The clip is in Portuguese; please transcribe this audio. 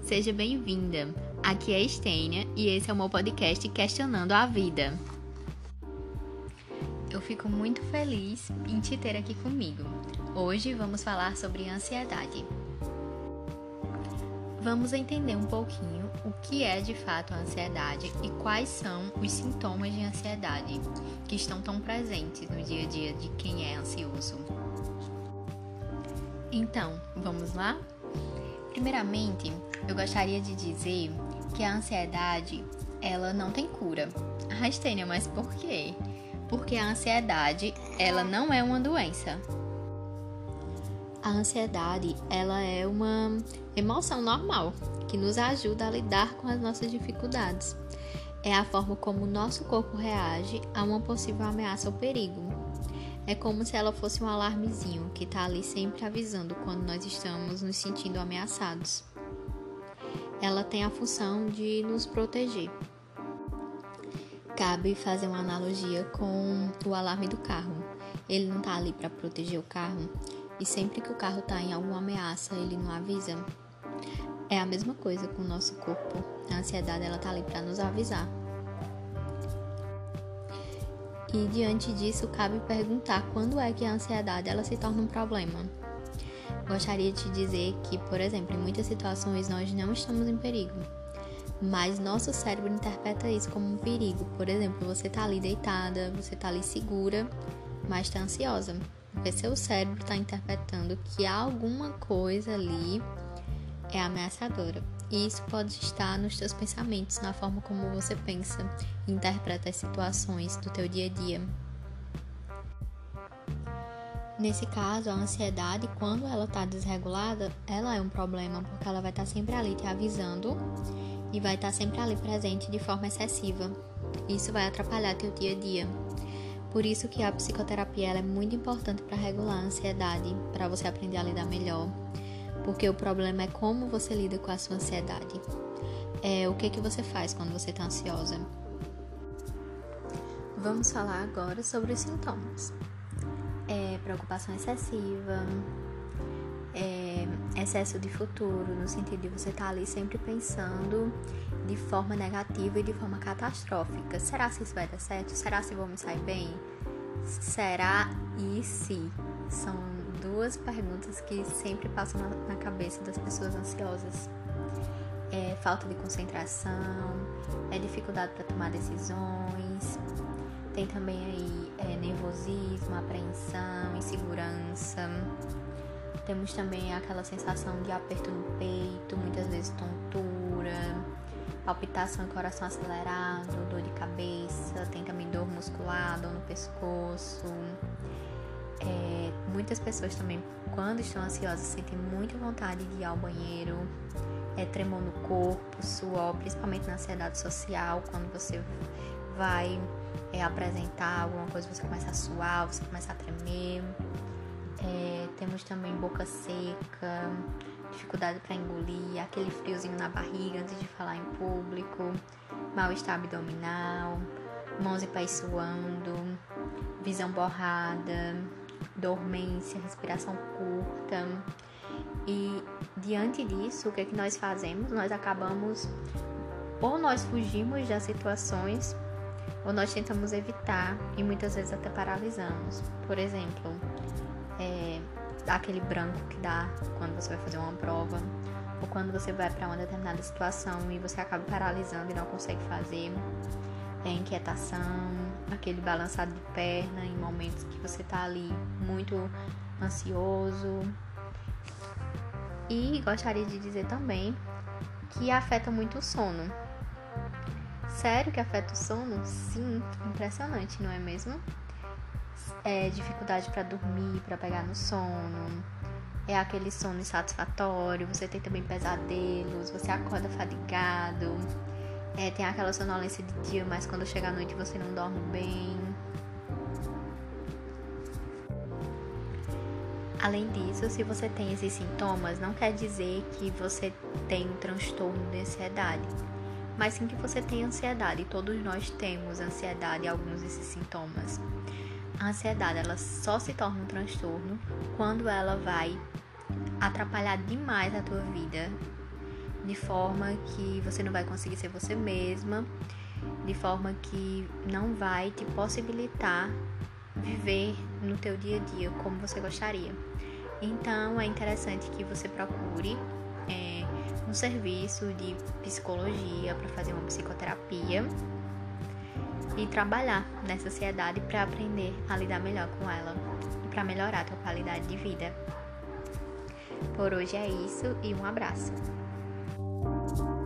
Seja bem-vinda. Aqui é a Estênia e esse é o meu podcast Questionando a Vida. Eu fico muito feliz em te ter aqui comigo. Hoje vamos falar sobre ansiedade. Vamos entender um pouquinho o que é de fato a ansiedade e quais são os sintomas de ansiedade que estão tão presentes no dia a dia de quem é ansioso. Então, vamos lá? Primeiramente, eu gostaria de dizer que a ansiedade, ela não tem cura. Estênia, mas por quê? Porque a ansiedade, ela não é uma doença. A ansiedade, ela é uma emoção normal que nos ajuda a lidar com as nossas dificuldades. É a forma como o nosso corpo reage a uma possível ameaça ou perigo. É como se ela fosse um alarmezinho que está ali sempre avisando quando nós estamos nos sentindo ameaçados. Ela tem a função de nos proteger. Cabe fazer uma analogia com o alarme do carro. Ele não está ali para proteger o carro e sempre que o carro está em alguma ameaça, ele não avisa. É a mesma coisa com o nosso corpo. A ansiedade está ali para nos avisar. E diante disso, cabe perguntar quando é que a ansiedade ela se torna um problema. Gostaria de te dizer que, por exemplo, em muitas situações nós não estamos em perigo, mas nosso cérebro interpreta isso como um perigo. Por exemplo, você está ali deitada, você está ali segura, mas está ansiosa, porque seu cérebro está interpretando que alguma coisa ali é ameaçadora. E isso pode estar nos teus pensamentos, na forma como você pensa e interpreta as situações do teu dia a dia. Nesse caso, a ansiedade, quando ela está desregulada, ela é um problema, porque ela vai estar sempre ali te avisando e vai estar sempre ali presente de forma excessiva. Isso vai atrapalhar teu dia a dia. Por isso que a psicoterapia ela é muito importante para regular a ansiedade, para você aprender a lidar melhor. Porque o problema é como você lida com a sua ansiedade. O que você faz quando você está ansiosa? Vamos falar agora sobre os sintomas. Preocupação excessiva, excesso de futuro, no sentido de você estar ali sempre pensando de forma negativa e de forma catastrófica. Será se isso vai dar certo? Será se vou me sair bem? Será e se? São duas perguntas que sempre passam na cabeça das pessoas ansiosas. Falta de concentração, dificuldade para tomar decisões, tem também aí nervosismo, apreensão, insegurança. Temos também aquela sensação de aperto no peito, muitas vezes tontura, palpitação e coração acelerado, dor de cabeça, tem também dor muscular, dor no pescoço. Muitas pessoas também, quando estão ansiosas, sentem muita vontade de ir ao banheiro, tremor no corpo, suor, principalmente na ansiedade social, quando você vai apresentar alguma coisa, você começa a suar, você começa a tremer. Temos também boca seca, dificuldade para engolir, aquele friozinho na barriga antes de falar em público, mal-estar abdominal, mãos e pés suando, visão borrada, dormência, respiração curta. E diante disso, o que é que nós fazemos? Nós acabamos, ou nós fugimos das situações, ou nós tentamos evitar e muitas vezes até paralisamos. Por exemplo, aquele branco que dá quando você vai fazer uma prova, ou quando você vai para uma determinada situação e você acaba paralisando e não consegue fazer. Inquietação, aquele balançado de perna em momentos que você está ali muito ansioso. E gostaria de dizer também que afeta muito o sono. Sério que afeta o sono? Sim, impressionante, não é mesmo? Dificuldade para dormir, para pegar no sono. Aquele sono insatisfatório, você tem também pesadelos, você acorda fadigado. Tem aquela sonolência de dia, mas quando chega à noite você não dorme bem. Além disso, se você tem esses sintomas, não quer dizer que você tem um transtorno de ansiedade, mas sim que você tem ansiedade. Todos nós temos ansiedade e alguns desses sintomas. A ansiedade, ela só se torna um transtorno quando ela vai atrapalhar demais a tua vida de forma que você não vai conseguir ser você mesma, de forma que não vai te possibilitar viver no teu dia a dia como você gostaria. Então é interessante que você procure um serviço de psicologia para fazer uma psicoterapia e trabalhar nessa ansiedade para aprender a lidar melhor com ela e para melhorar a tua qualidade de vida. Por hoje é isso e um abraço.